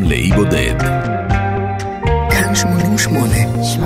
לאי בודד. כאן 88.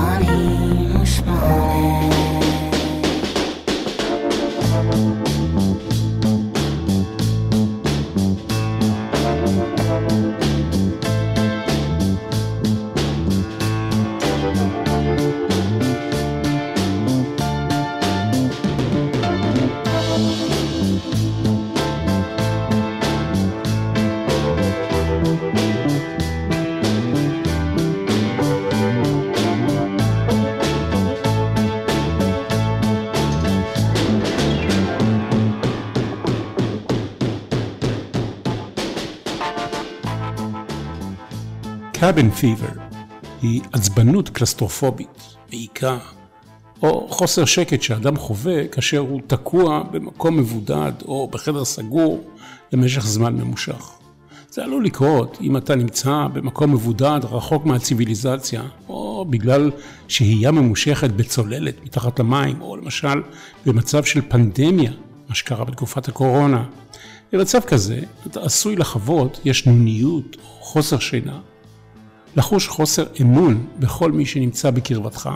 Cabin fever היא עצבנות קלסטרופובית, בעיקר, או חוסר שקט שאדם חווה כאשר הוא תקוע במקום מבודד או בחדר סגור למשך זמן ממושך. זה עלול לקרות אם אתה נמצא במקום מבודד רחוק מהציביליזציה, או בגלל שהייה ממושכת בצוללת מתחת למים, או למשל במצב של פנדמיה, מה שקרה בתקופת הקורונה. במצב כזה אתה עשוי לחוות ישנוניות או חוסר שינה, לחוש חוסר אמון בכל מי שנמצא בקרבתך,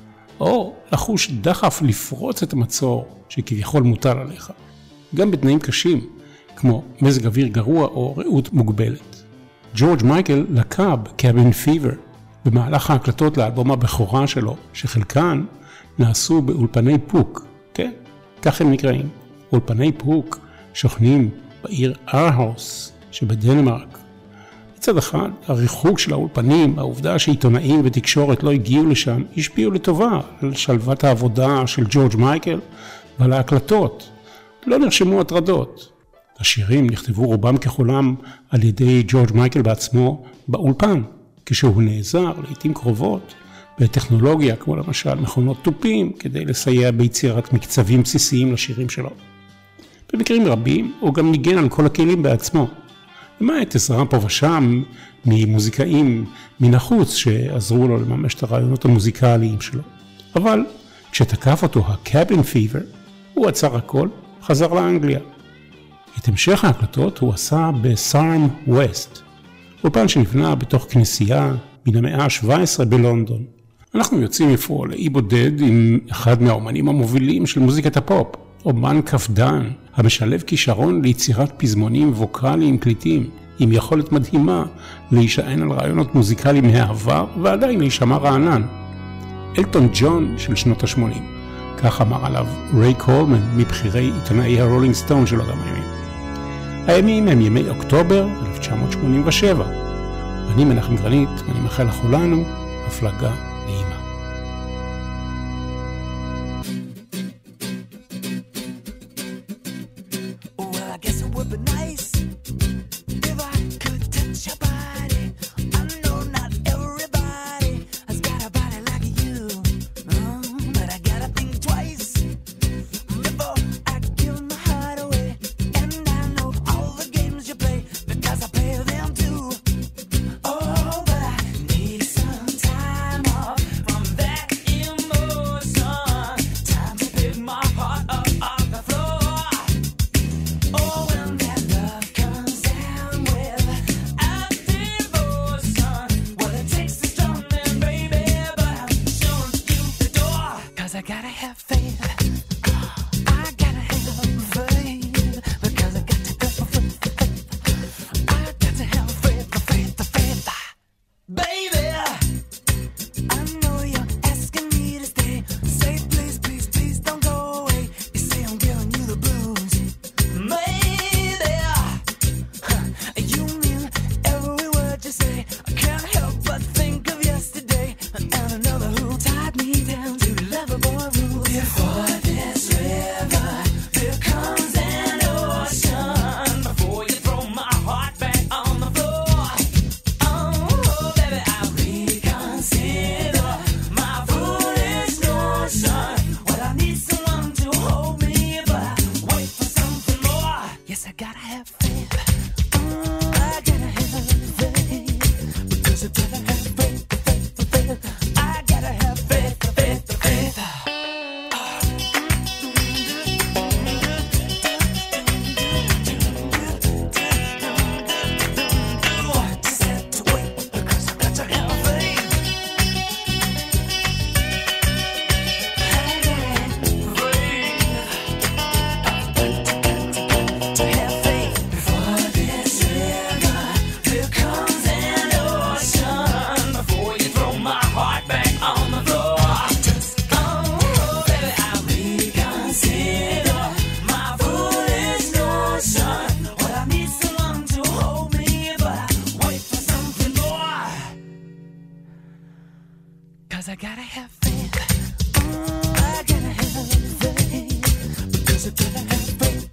או לחוש דחף לפרוץ את המצור שכביכול מוטל עליך. גם בתנאים קשים, כמו מזג אוויר גרוע או ראות מוגבלת. ג'ורג' מייקל לקה בקאבין פיבר במהלך ההקלטות לאלבום הבכורה שלו, שחלקן נעשו באולפני פוק. כן, כך הם נקראים. אולפני פוק שוכנים בעיר ארהוס שבדנמרק. מצד אחד, הריחוק של האולפנים, העובדה שעיתונאים ותקשורת לא הגיעו לשם, השפיעו לטובה על שלוות העבודה של ג'ורג' מייקל ועל ההקלטות. לא נרשמו הטרדות. השירים נכתבו רובם ככולם על ידי ג'ורג' מייקל בעצמו באולפן, כשהוא נעזר לעתים קרובות בטכנולוגיה כמו למשל מכונות תופים, כדי לסייע ביצירת מקצבים בסיסיים לשירים שלו. במקרים רבים הוא גם ניגן על כל הכלים בעצמו. למעט עזרה פה ושם ממוזיקאים מן החוץ שעזרו לו לממש את הרעיונות המוזיקליים שלו. אבל כשתקף אותו הקאבין פיבר, הוא עצר הכל, חזר לאנגליה. את המשך ההקלטות הוא עשה בסארם ווסט, אולפן שנבנה בתוך כנסייה מן המאה ה-17 בלונדון. אנחנו יוצאים מפה לאי בודד עם אחד מהאומנים המובילים של מוזיקת הפופ, אומן כפדן, המשלב כישרון ליצירת פזמונים ווקליים קליטים, עם יכולת מדהימה להישען על רעיונות מוזיקליים מהעבר ועדיין להישמע רענן. אלטון ג'ון של שנות ה-80, כך אמר עליו ריי קולמן מבחירי עיתונאי הרולינג סטון של אותם הימים. הימים הם ימי אוקטובר 1987. אני מנחם גרנית, ואני מאחל לכולנו הפלגה נעימה. to have faith. Before this river becomes an ocean, before you throw my heart back on the floor. Oh, baby, I reconsider my foolish notion. Well, I need someone to hold me, but I wait for something more. 'Cause I gotta have faith. I gotta have faith. Because I gotta have faith.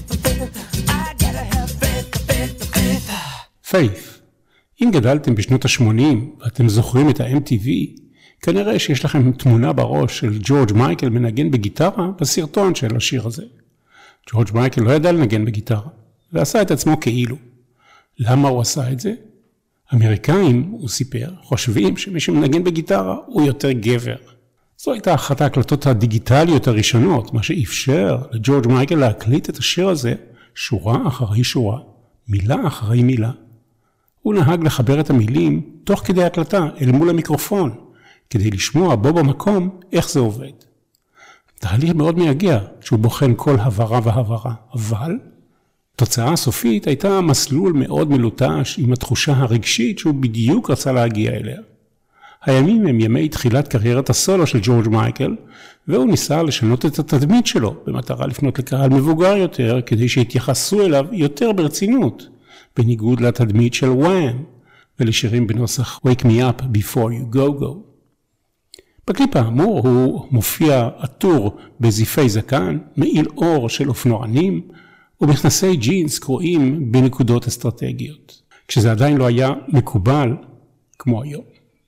I gotta have faith. פיית'. אם גדלתם בשנות ה-80 ואתם זוכרים את ה-MTV, כנראה שיש לכם תמונה בראש של ג'ורג' מייקל מנגן בגיטרה בסרטון של השיר הזה. ג'ורג' מייקל לא ידע לנגן בגיטרה, ועשה את עצמו כאילו. למה הוא עשה את זה? אמריקאים, הוא סיפר, חושבים שמי שמנגן בגיטרה הוא יותר גבר. זו הייתה אחת ההקלטות הדיגיטליות הראשונות, מה שאפשר לג'ורג' מייקל להקליט את השיר הזה שורה אחרי שורה, מילה אחרי מילה. הוא נהג לחבר את המילים תוך כדי הקלטה אל מול המיקרופון, כדי לשמוע בו במקום איך זה עובד. תהליך מאוד מייגע שהוא בוחן כל הברה והברה, אבל התוצאה הסופית הייתה מסלול מאוד מלוטש עם התחושה הרגשית שהוא בדיוק רצה להגיע אליה. הימים הם ימי תחילת קריירת הסולו של ג'ורג' מייקל, והוא ניסה לשנות את התדמית שלו במטרה לפנות לקהל מבוגר יותר כדי שיתייחסו אליו יותר ברצינות, בניגוד לתדמית של וואם ולשירים בנוסח Wake Me Up Before You Go Go. בקליפ האמור הוא מופיע עטור בזיפי זקן, מעיל אור של אופנוענים ובכנסי ג'ינס קרועים בנקודות אסטרטגיות, כשזה עדיין לא היה מקובל כמו היום.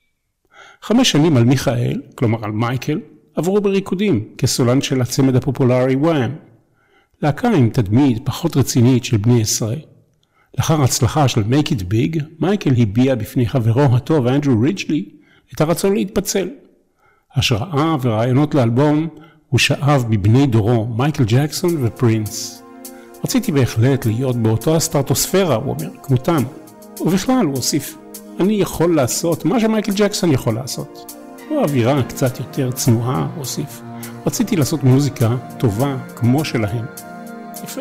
5 שנים על מיכאל, כלומר על מייקל, עברו בריקודים כסולן של הצמד הפופולרי וואם, להקה עם תדמית פחות רצינית של בני 10. לאחר הצלחה של Make It Big, מייקל הביע בפני חברו הטוב אנדרו ריג'לי את הרצון להתפצל. השראה ורעיונות לאלבום הוא שאב מבני דורו מייקל ג'קסון ופרינס. רציתי בהחלט להיות באותו הסטרטוספירה, הוא אומר, כמותם. ובכלל הוא הוסיף, אני יכול לעשות מה שמייקל ג'קסון יכול לעשות. או אווירה קצת יותר צנועה, הוא הוסיף. רציתי לעשות מוזיקה טובה כמו שלהם. יפה.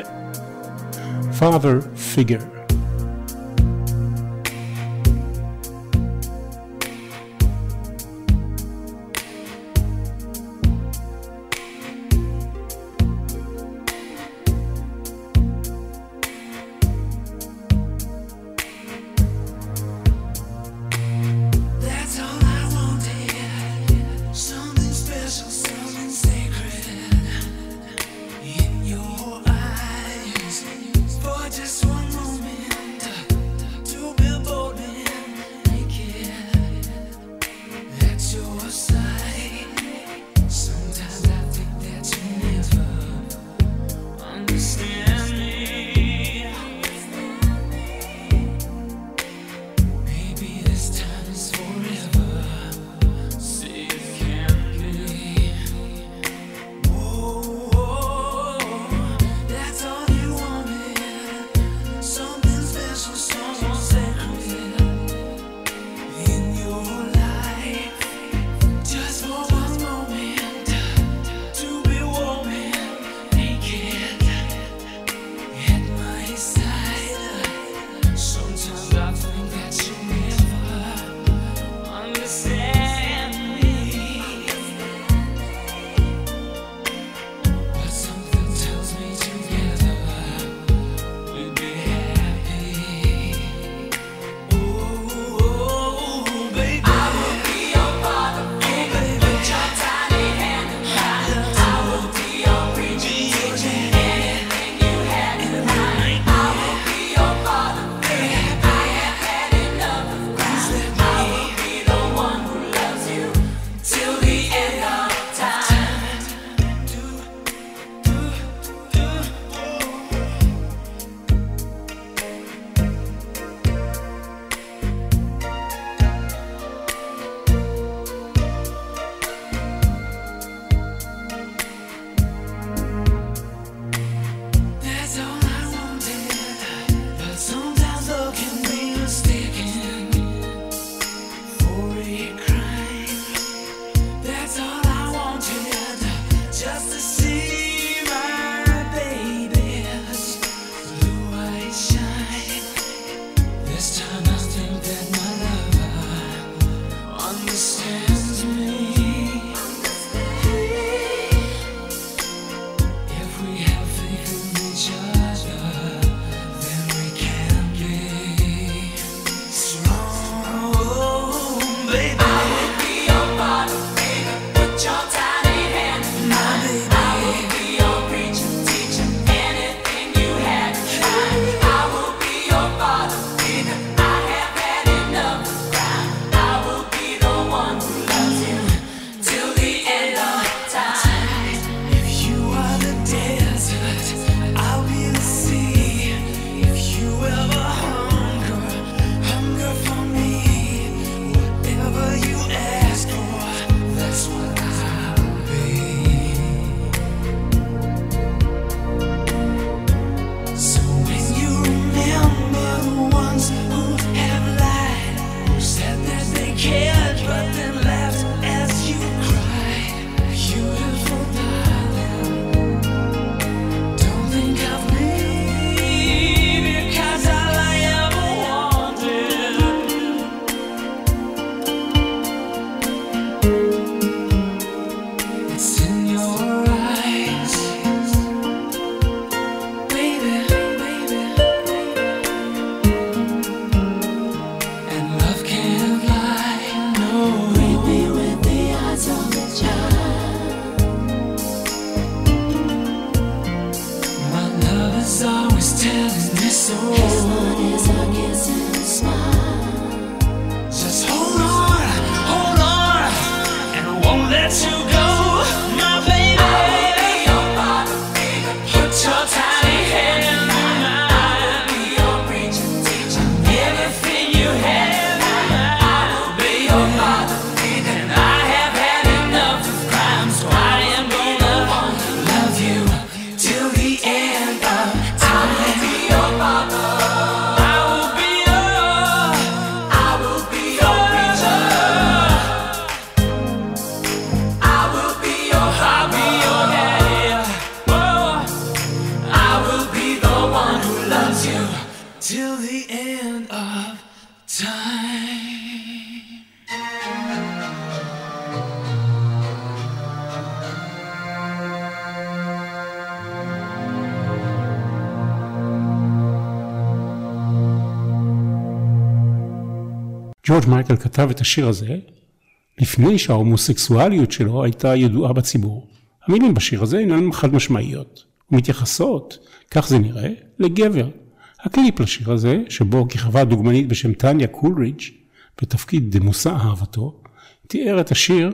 Father Figure. Just one moment soul. As long as I kiss and smile. Just hold on, and I won't let you go, my baby. I will be your father figure. Put your tiny hand in mine. I will be your preacher, teacher. Everything you have, I will be your father figure. And I have had enough of crime, so I am gonna love you till the end of time. I will be your father. I will be your preacher. I will be your daddy. Oh, I will be the one who loves you till the end of time. ג'ורג' מייקל כתב את השיר הזה לפני שההומוסקסואליות שלו הייתה ידועה בציבור. המילים בשיר הזה אינן חד משמעיות, ומתייחסות, כך זה נראה, לגבר. הקליפ לשיר הזה, שבו כיכבה דוגמנית בשם טניה קולרידג' בתפקיד מושא אהבתו, תיאר את השיר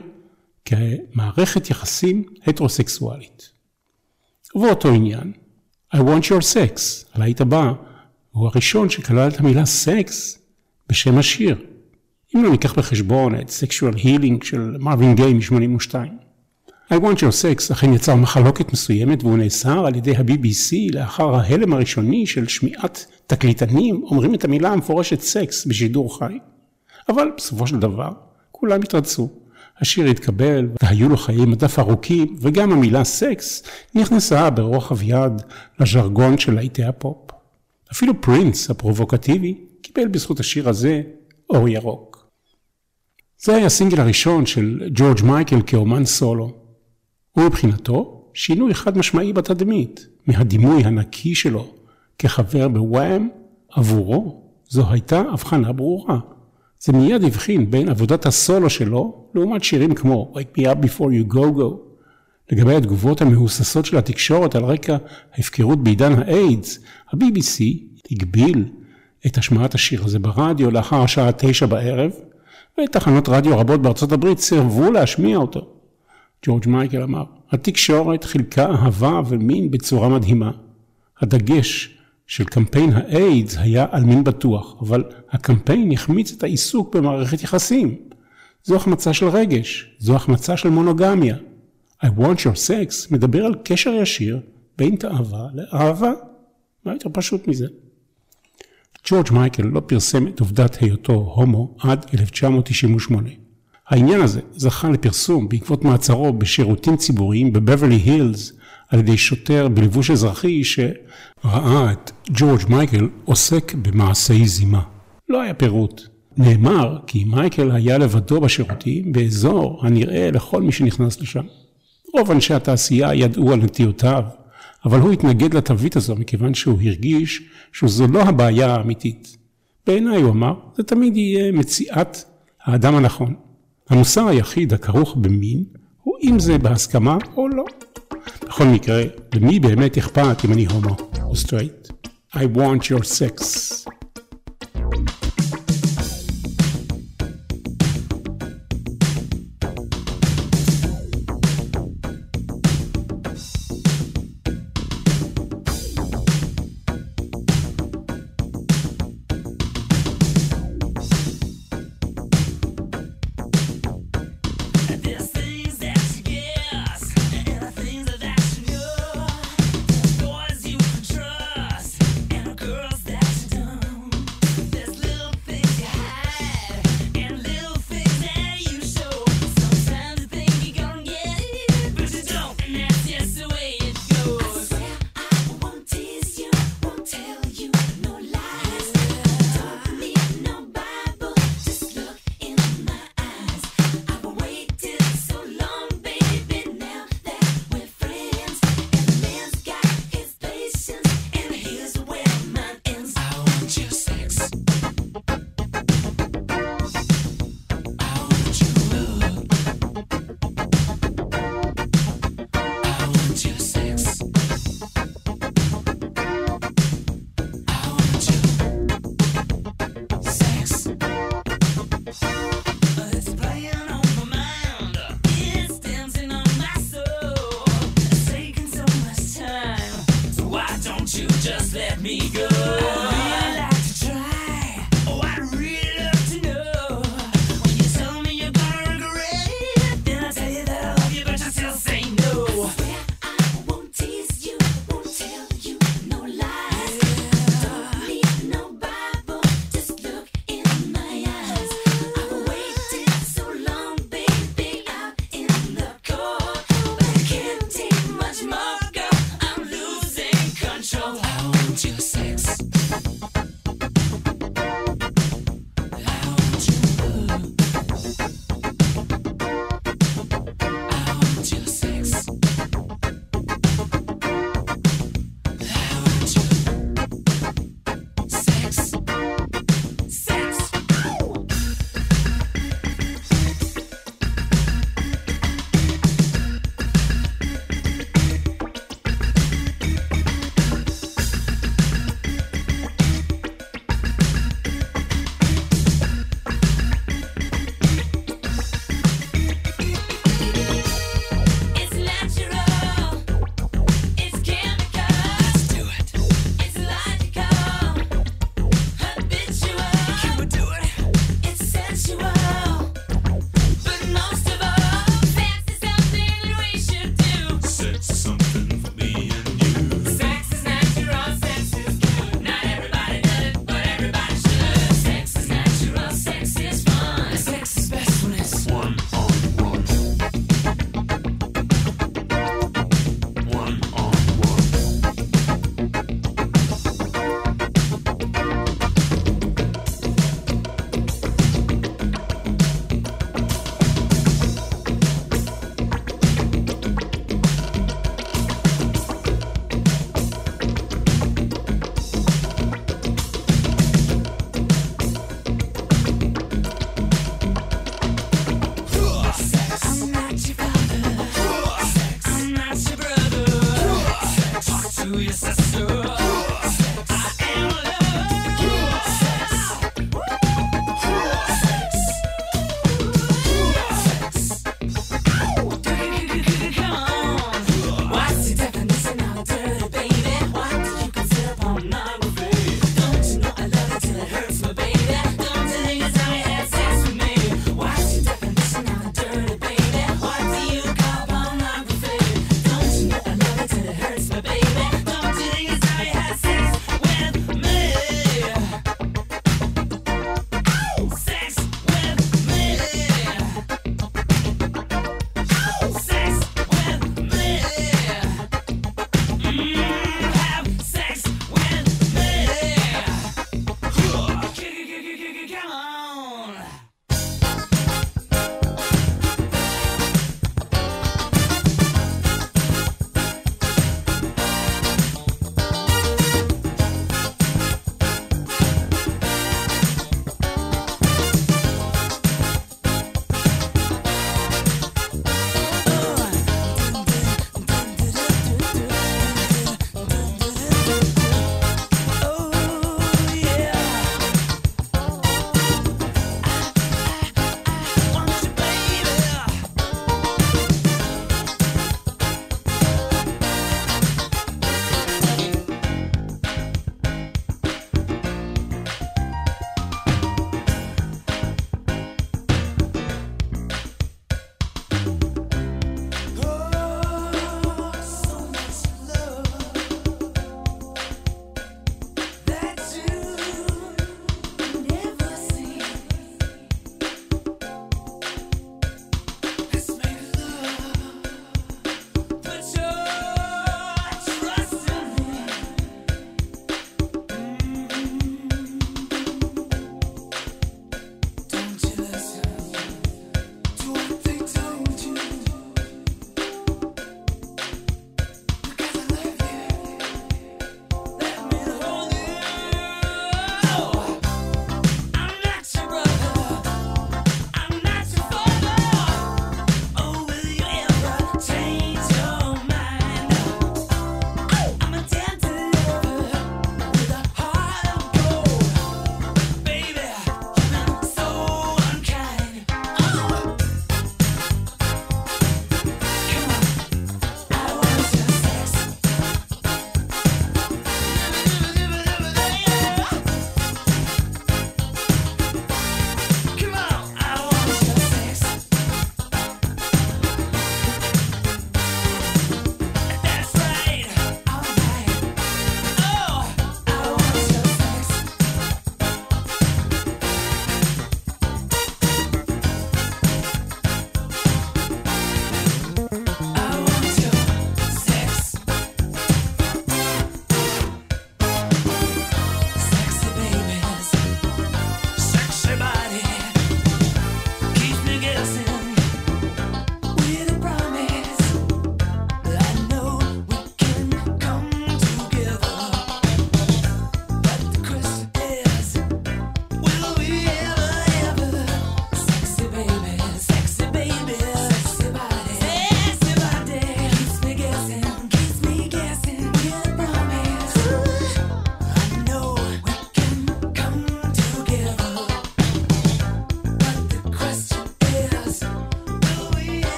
כמערכת יחסים הטרוסקסואלית. ובאותו עניין, I want your sex, הלהיט הבא, הוא הראשון שכלל את המילה סקס בשם השיר. אם לא ניקח בחשבון את Sexual Healing של מרווין גיי מ-82. I want your sex אכן יצר מחלוקת מסוימת, והוא נאסר על ידי ה-BBC לאחר ההלם הראשוני של שמיעת תקליטנים אומרים את המילה המפורשת סקס בשידור חי. אבל בסופו של דבר כולם התרצו. השיר התקבל והיו לו חיי מדף ארוכים, וגם המילה סקס נכנסה ברוחב יד לז'רגון של להיטי הפופ. אפילו פרינס הפרובוקטיבי קיבל בזכות השיר הזה אור ירוק. זה היה הסינגל הראשון של ג'ורג' מייקל כאומן סולו. ומבחינתו שינוי חד משמעי בתדמית, מהדימוי הנקי שלו כחבר בוואם, עבורו זו הייתה הבחנה ברורה. זה מיד הבחין בין עבודת הסולו שלו לעומת שירים כמו Wake Me Up Before You Go Go. לגבי התגובות המהוססות של התקשורת על רקע ההפקרות בעידן האיידס, ה-BBC הגביל את השמעת השיר הזה ברדיו לאחר השעה 9 בערב, ותחנות רדיו רבות בארצות הברית סירבו להשמיע אותו. ג'ורג' מייקל אמר, התקשורת חילקה אהבה ומין בצורה מדהימה. הדגש של קמפיין האיידס היה על מין בטוח, אבל הקמפיין החמיץ את העיסוק במערכת יחסים. זו החמצה של רגש, זו החמצה של מונוגמיה. I want your sex מדבר על קשר ישיר בין תאווה לאהבה. מה יותר פשוט מזה? ג'ורג' מייקל לא פרסם את עובדת היותו הומו עד 1998. העניין הזה זכה לפרסום בעקבות מעצרו בשירותים ציבוריים בבברלי הילס על ידי שוטר בלבוש אזרחי שראה את ג'ורג' מייקל עוסק במעשי זימה. לא היה פירוט. נאמר כי מייקל היה לבדו בשירותים באזור הנראה לכל מי שנכנס לשם. רוב אנשי התעשייה ידעו על נטיותיו, אבל הוא התנגד לתווית הזו מכיוון שהוא הרגיש שזו לא הבעיה האמיתית. בעיניי הוא אמר, זה תמיד יהיה מציאת האדם הנכון. המוסר היחיד הכרוך במין הוא אם זה בהסכמה או לא. בכל מקרה, למי באמת אכפת אם אני הומו או סטרייט? I want your sex. Boys you trust and girls that you don't.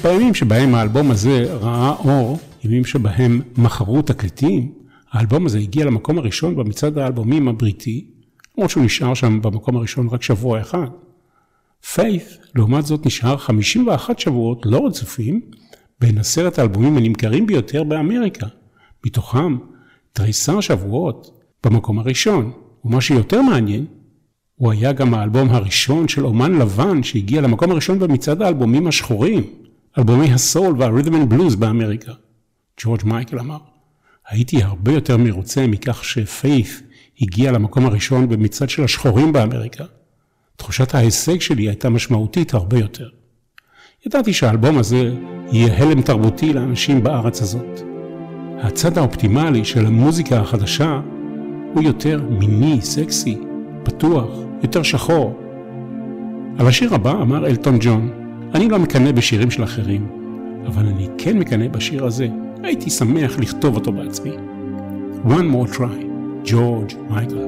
בימים שבהם האלבום הזה ראה אור, ימים שבהם מכרו תקליטים, האלבום הזה הגיע למקום הראשון במצעד האלבומים הבריטי, למרות שהוא נשאר שם במקום הראשון רק שבוע אחד. Faith, לעומת זאת, נשאר 51 שבועות לא רצופים, בין 10 האלבומים הנמכרים ביותר באמריקה. מתוכם 13 שבועות במקום הראשון. ומה שיותר מעניין, הוא היה גם האלבום הראשון של אומן לבן שהגיע למקום הראשון במצעד האלבומים השחורים, אלבומי הסול והרית'ם אנד בלוז באמריקה. ג'ורג' מייקל אמר, הייתי הרבה יותר מרוצה מכך שפיית' הגיע למקום הראשון במצעד של השחורים באמריקה. תחושת ההישג שלי הייתה משמעותית הרבה יותר. ידעתי שהאלבום הזה יהיה הלם תרבותי לאנשים בארץ הזאת. הצד האופטימלי של המוזיקה החדשה הוא יותר מיני, סקסי, פתוח, יותר שחור. על השיר הבא אמר אלטון ג'ון, אני לא מקנא בשירים של אחרים, אבל אני כן מקנא בשיר הזה. הייתי שמח לכתוב אותו בעצמי. One more try, ג'ורג' מייקל.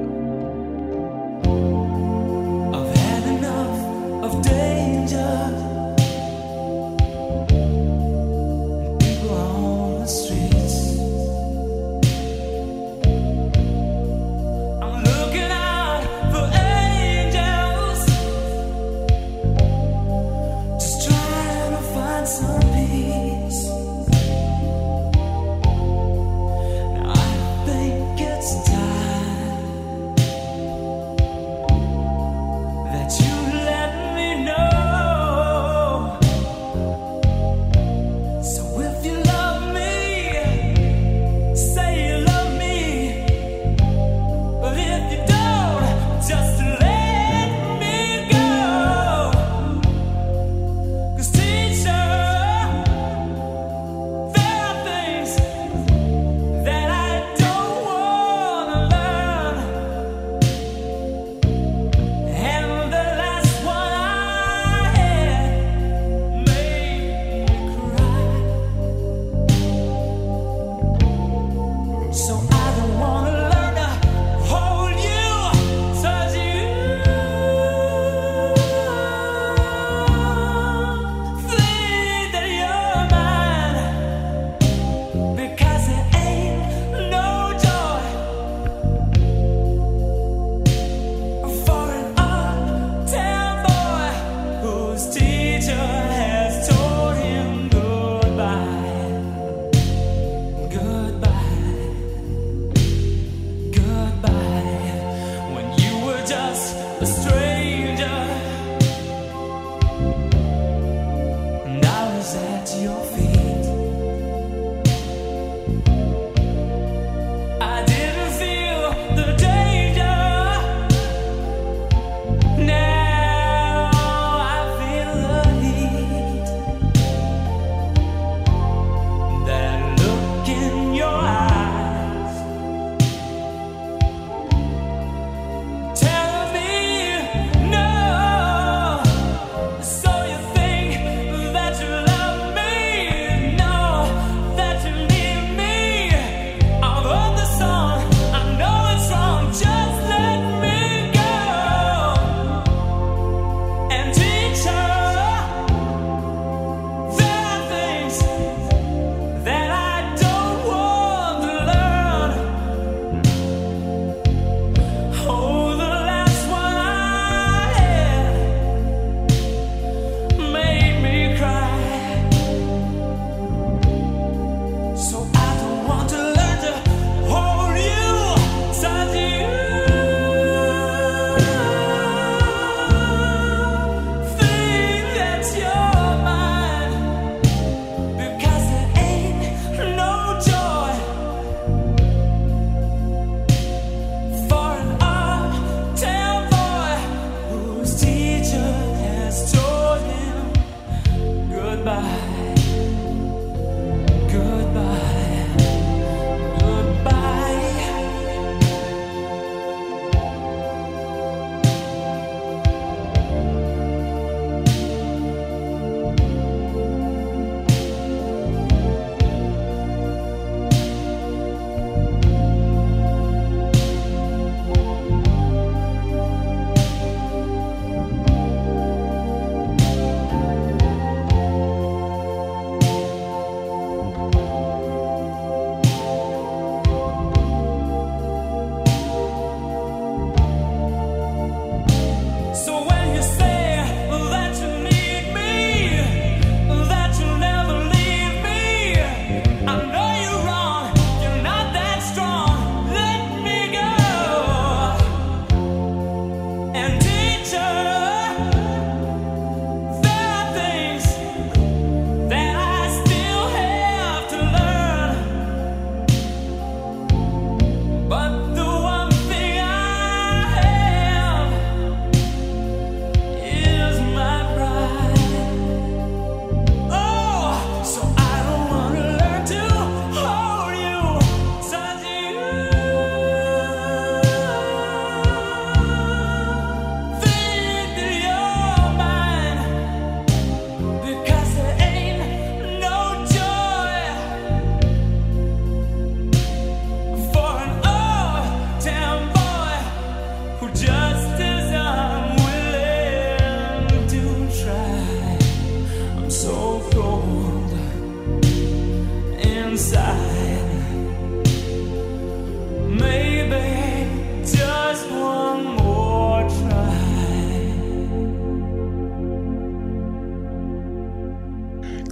I've had enough of danger. People on the streets. I'm looking out for angels, just trying to find some peace. Now I think it's time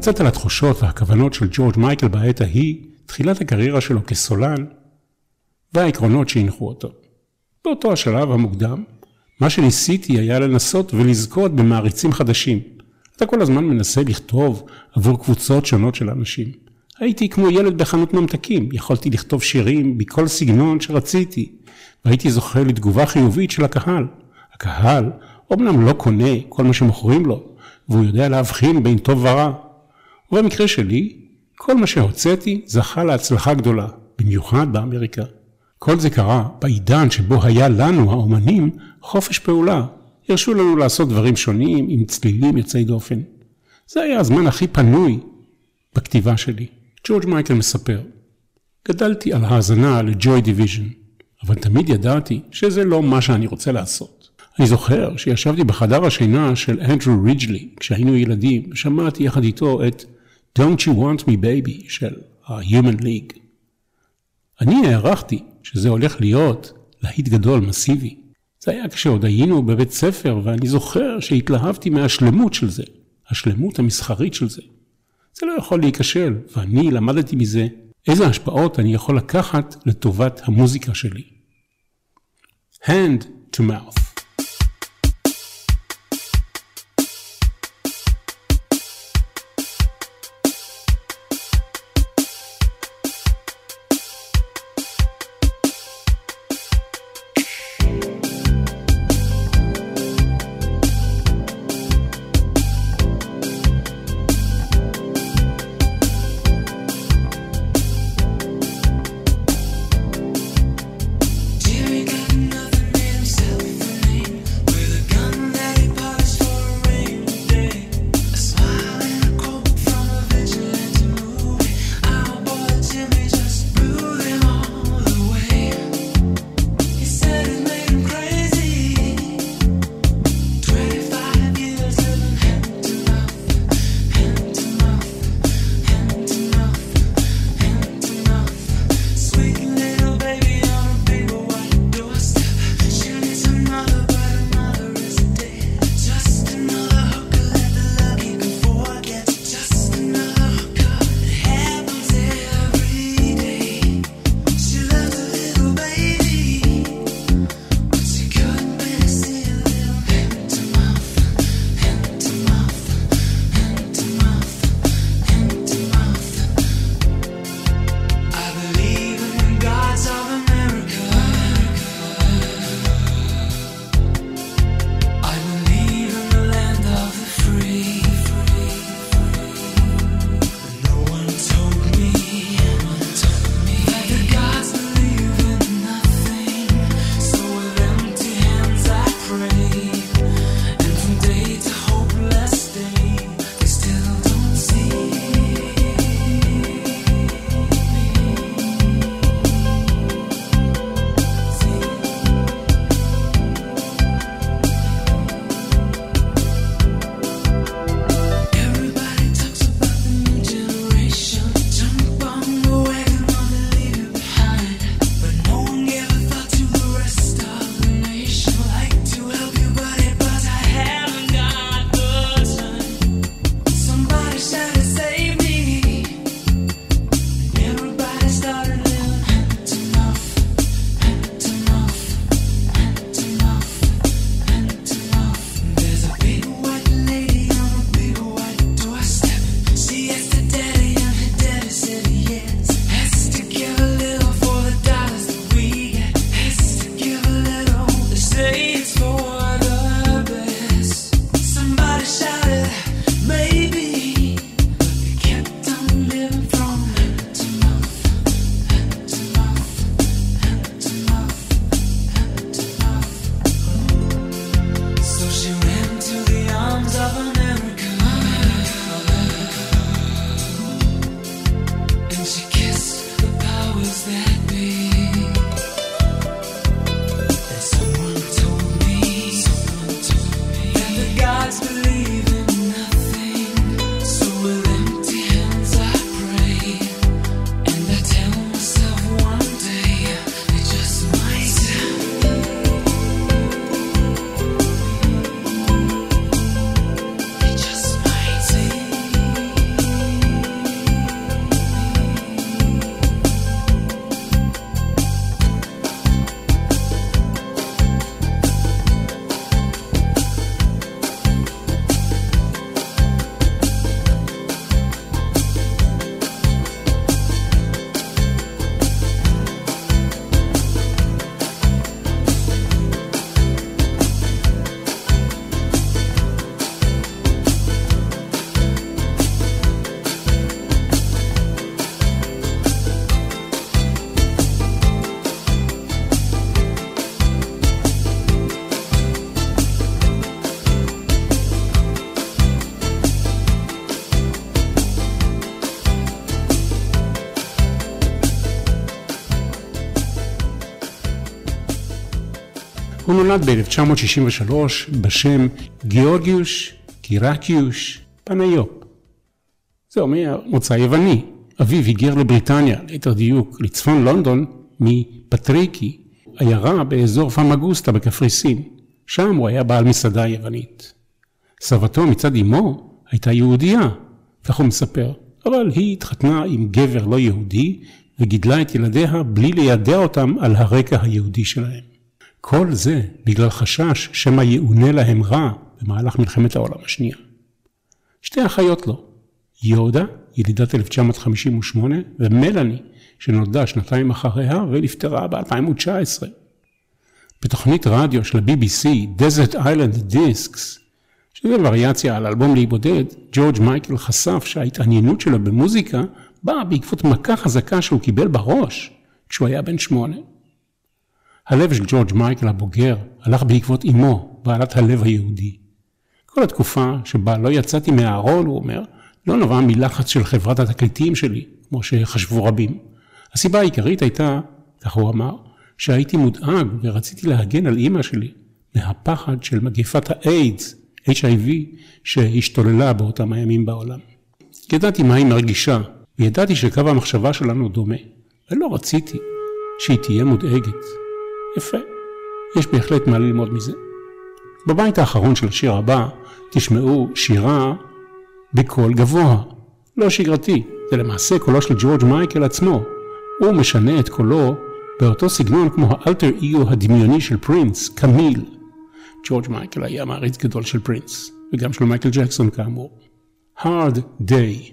קצת על התחושות והכוונות של ג'ורג' מייקל בעת ההיא, תחילת הקריירה שלו כסולן, והעקרונות שהנחו אותו. באותו השלב המוקדם, מה שניסיתי היה לנסות ולזכות במעריצים חדשים. אתה כל הזמן מנסה לכתוב עבור קבוצות שונות של אנשים. הייתי כמו ילד בחנות ממתקים, יכולתי לכתוב שירים בכל סגנון שרציתי, והייתי זוכה לתגובה חיובית של הקהל. הקהל אומנם לא קונה כל מה שמוכרים לו, והוא יודע להבחין בין טוב ורע. ובמקרה שלי, כל מה שהוצאתי זכה להצלחה גדולה, במיוחד באמריקה. כל זה קרה בעידן שבו היה לנו, האומנים, חופש פעולה. הרשו לנו לעשות דברים שונים עם צלילים יוצאי דופן. זה היה הזמן הכי פנוי בכתיבה שלי. ג'ורג' מייקל מספר, גדלתי על האזנה לג'וי דיוויז'ן, אבל תמיד ידעתי שזה לא מה שאני רוצה לעשות. אני זוכר שישבתי בחדר השינה של אנדרו ריג'לי כשהיינו ילדים, ושמעתי יחד איתו את Don't You Want Me Baby של ה-Human League. אני הערכתי שזה הולך להיות להיט גדול מסיבי. זה היה כשעוד היינו בבית ספר, ואני זוכר שהתלהבתי מהשלמות של זה, השלמות המסחרית של זה. זה לא יכול להיכשל, ואני למדתי מזה איזה השפעות אני יכול לקחת לטובת המוזיקה שלי. Hand to mouth. Jerry got nothing himself. הוא נולד ב-1963 בשם גיאורגיוש קירקיוש פניופ. זה אומר מוצא יווני. אביו היגר לבריטניה, ליתר דיוק לצפון לונדון, מפטריקי, עיירה באזור פמגוסטה בקפריסין. שם הוא היה בעל מסעדה יוונית. סבתו מצד אמו הייתה יהודייה, כך הוא מספר, אבל היא התחתנה עם גבר לא יהודי וגידלה את ילדיה בלי לידע אותם על הרקע היהודי שלהם. כל זה בגלל חשש שמא יאונה להם רע במהלך מלחמת העולם השנייה. שתי אחיות לו, יהודה, ילידת 1958, ומלאני, שנולדה שנתיים אחריה ונפטרה ב-2019. בתוכנית רדיו של ה-BBC, Desert Island Discs, שזה וריאציה על אלבום להיבודד, ג'ורג' מייקל חשף שההתעניינות שלו במוזיקה באה בעקבות מכה חזקה שהוא קיבל בראש כשהוא היה בן 8. הלב של ג'ורג' מייקל הבוגר הלך בעקבות אמו, בעלת הלב היהודי. כל התקופה שבה לא יצאתי מהארון, הוא אומר, לא נבעה מלחץ של חברת התקליטים שלי, כמו שחשבו רבים. הסיבה העיקרית הייתה, כך הוא אמר, שהייתי מודאג ורציתי להגן על אמא שלי מהפחד של מגפת האיידס, HIV, שהשתוללה באותם הימים בעולם. ידעתי מה היא מרגישה, וידעתי שקו המחשבה שלנו דומה, ולא רציתי שהיא תהיה מודאגת. יפה, יש בהחלט מה ללמוד מזה. בבית האחרון של השיר הבא, תשמעו שירה בקול גבוה, לא שגרתי, זה למעשה קולו של ג'ורג' מייקל עצמו. הוא משנה את קולו באותו סגנון כמו האלטר איגו הדמיוני של פרינס, קמיל. ג'ורג' מייקל היה מעריץ גדול של פרינס, וגם של מייקל ג'קסון כאמור. Hard Day.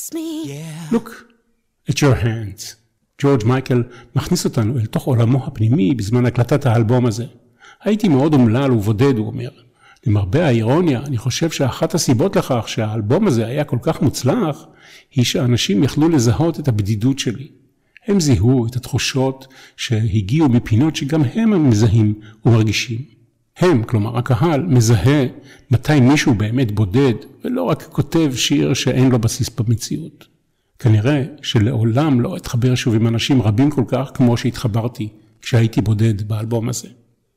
kiss me. Yeah. Look at your hands. ג'ורג' מייקל מכניס אותנו אל תוך עולמו הפנימי בזמן הקלטת האלבום הזה. הייתי מאוד אומלל ובודד, הוא אומר. למרבה האירוניה, אני חושב שאחת הסיבות לכך שהאלבום הזה היה כל כך מוצלח, היא שאנשים יכלו לזהות את הבדידות שלי. הם זיהו את התחושות שהגיעו מפינות שגם הם מזהים ומרגישים. הם, כלומר הקהל, מזהה מתי מישהו באמת בודד, ולא רק כותב שיר שאין לו בסיס במציאות. כנראה שלעולם לא אתחבר שוב עם אנשים רבים כל כך כמו שהתחברתי כשהייתי בודד באלבום הזה.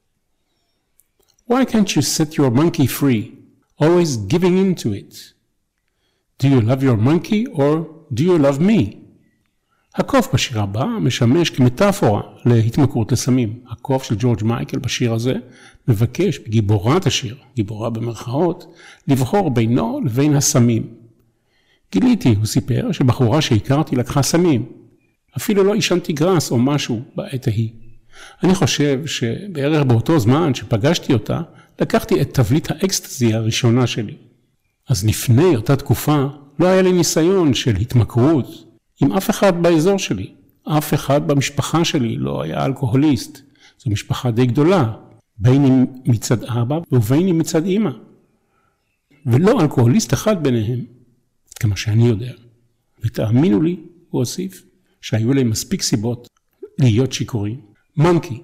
Why can't you set your monkey free, always giving into it? Do you love your monkey or do you love me? הקוף בשיר הבא משמש כמטאפורה להתמכרות לסמים. הקוף של ג'ורג' מייקל בשיר הזה מבקש בגיבורת השיר, גיבורה במרכאות, לבחור בינו לבין הסמים. גיליתי, הוא סיפר, שבחורה שהכרתי לקחה סמים. אפילו לא עישנתי גרס או משהו בעת ההיא. אני חושב שבערך באותו זמן שפגשתי אותה, לקחתי את תבלית האקסטזי הראשונה שלי. אז לפני אותה תקופה לא היה לי ניסיון של התמכרות עם אף אחד באזור שלי. אף אחד במשפחה שלי לא היה אלכוהוליסט. זו משפחה די גדולה, בין אם מצד אבא ובין אם מצד אמא. ולא אלכוהוליסט אחד ביניהם, כמה שאני יודע. ותאמינו לי, הוא הוסיף, שהיו להם מספיק סיבות להיות שיכורים. מונקי.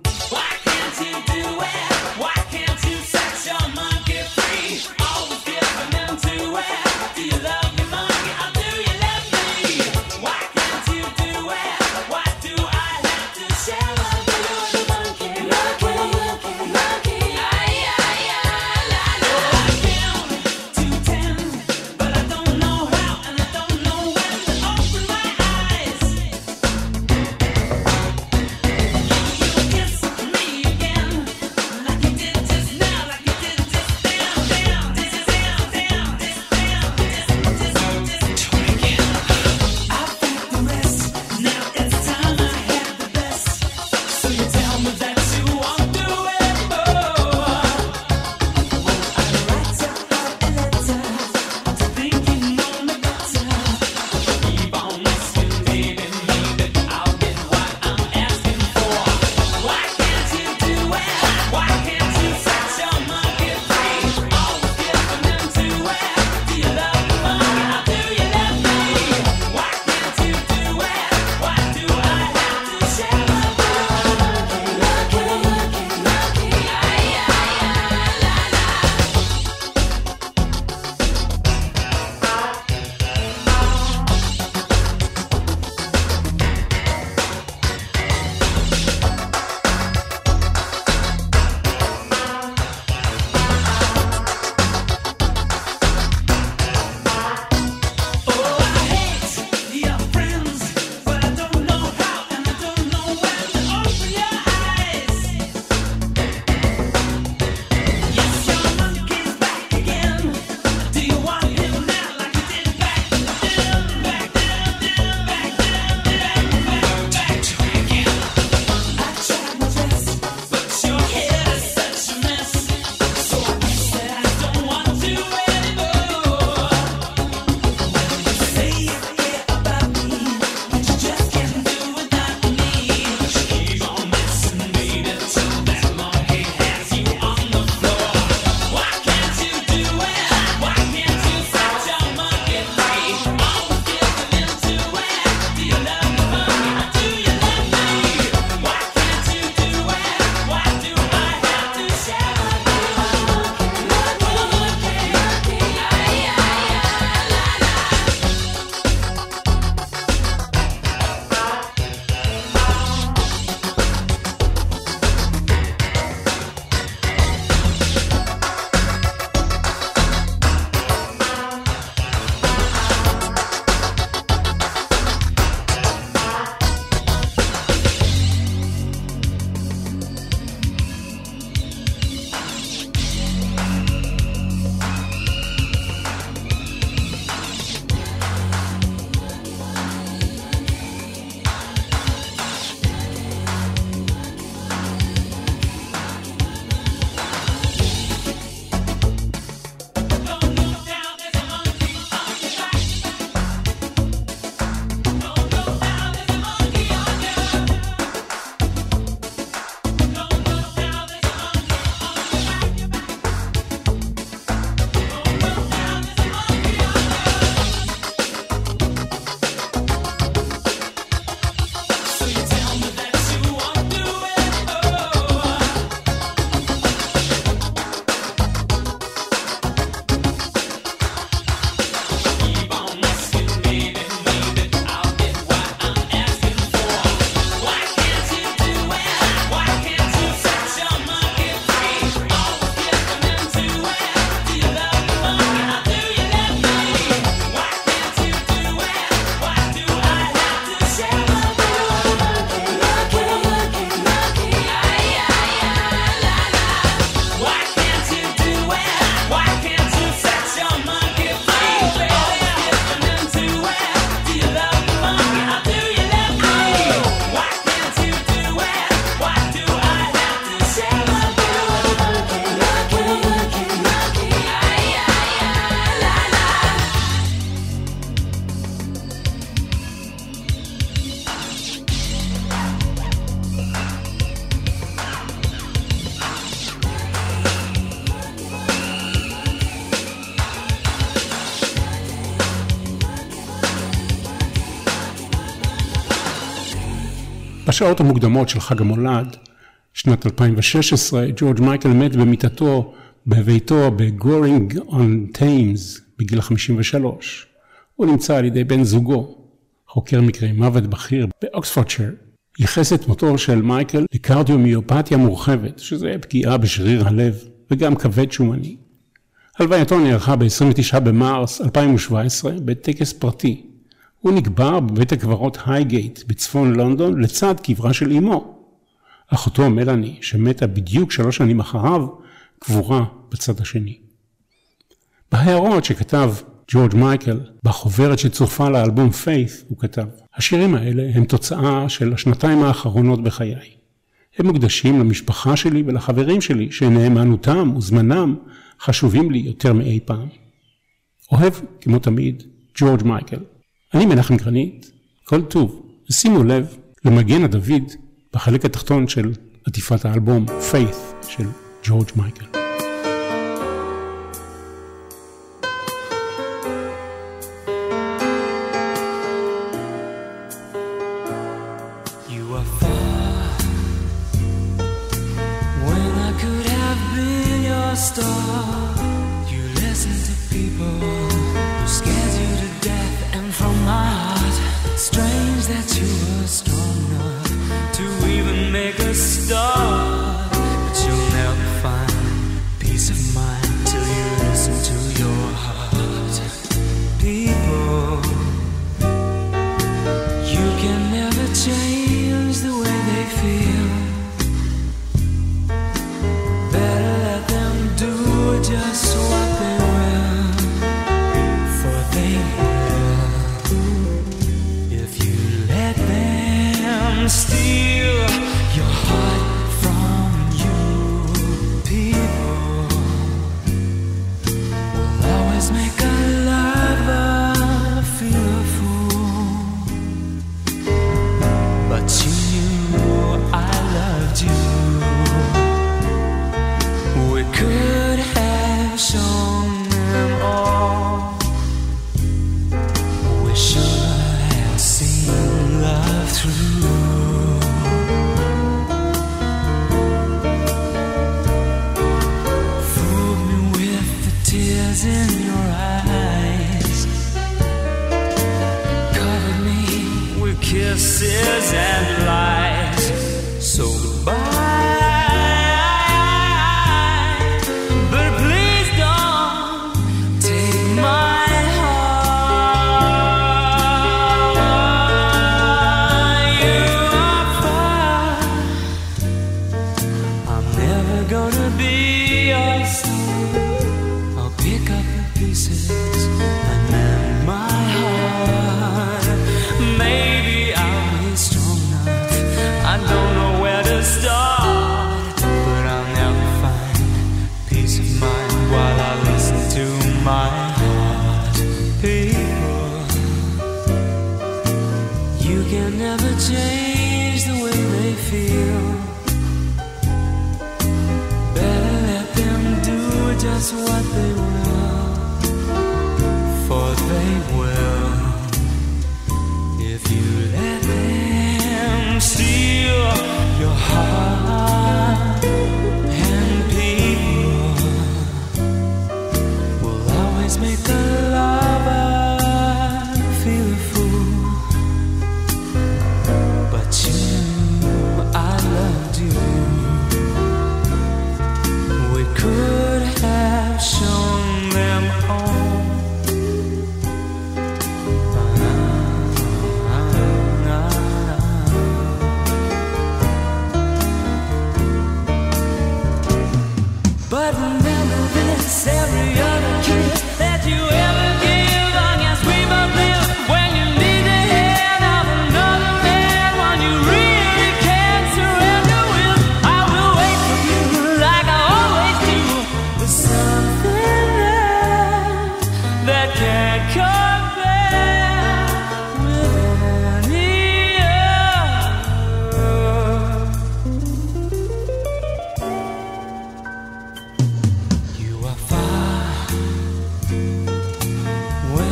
Kiss בשעות המוקדמות של חג המולד, שנת 2016, ג'ורג' מייקל מת במיטתו בביתו בגורינג און טיימס בגיל 53. הוא נמצא על ידי בן זוגו, חוקר מקרי מוות בכיר באוקספורדשייר. ייחס את מותו של מייקל לקרדיומיופתיה מורחבת, שזה פגיעה בשריר הלב וגם כבד שומני. הלווייתו נערכה ב-29 במרס 2017 בטקס פרטי. הוא נקבר בבית הקברות הייגייט בצפון לונדון לצד קברה של אמו. אחותו מלאני, שמתה בדיוק 3 שנים אחריו, קבורה בצד השני. בהערות שכתב ג'ורג' מייקל בחוברת שצורפה לאלבום Faith, הוא כתב: השירים האלה הם תוצאה של השנתיים האחרונות בחיי. הם מוקדשים למשפחה שלי ולחברים שלי, שנאמנותם וזמנם חשובים לי יותר מאי פעם. אוהב, כמו תמיד, ג'ורג' מייקל. אני מנחם גרנית, כל טוב, ושימו לב למגן הדוד בחלק התחתון של עטיפת האלבום Faith של ג'ורג' מייקל.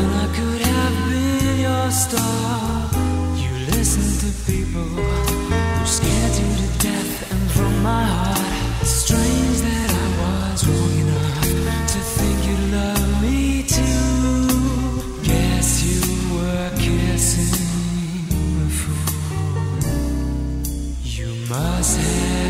star. You listen to people scared you to death, and from my heart, strange that I was wrong enough to think you'd love me too. Guess you were kissing a fool. You must have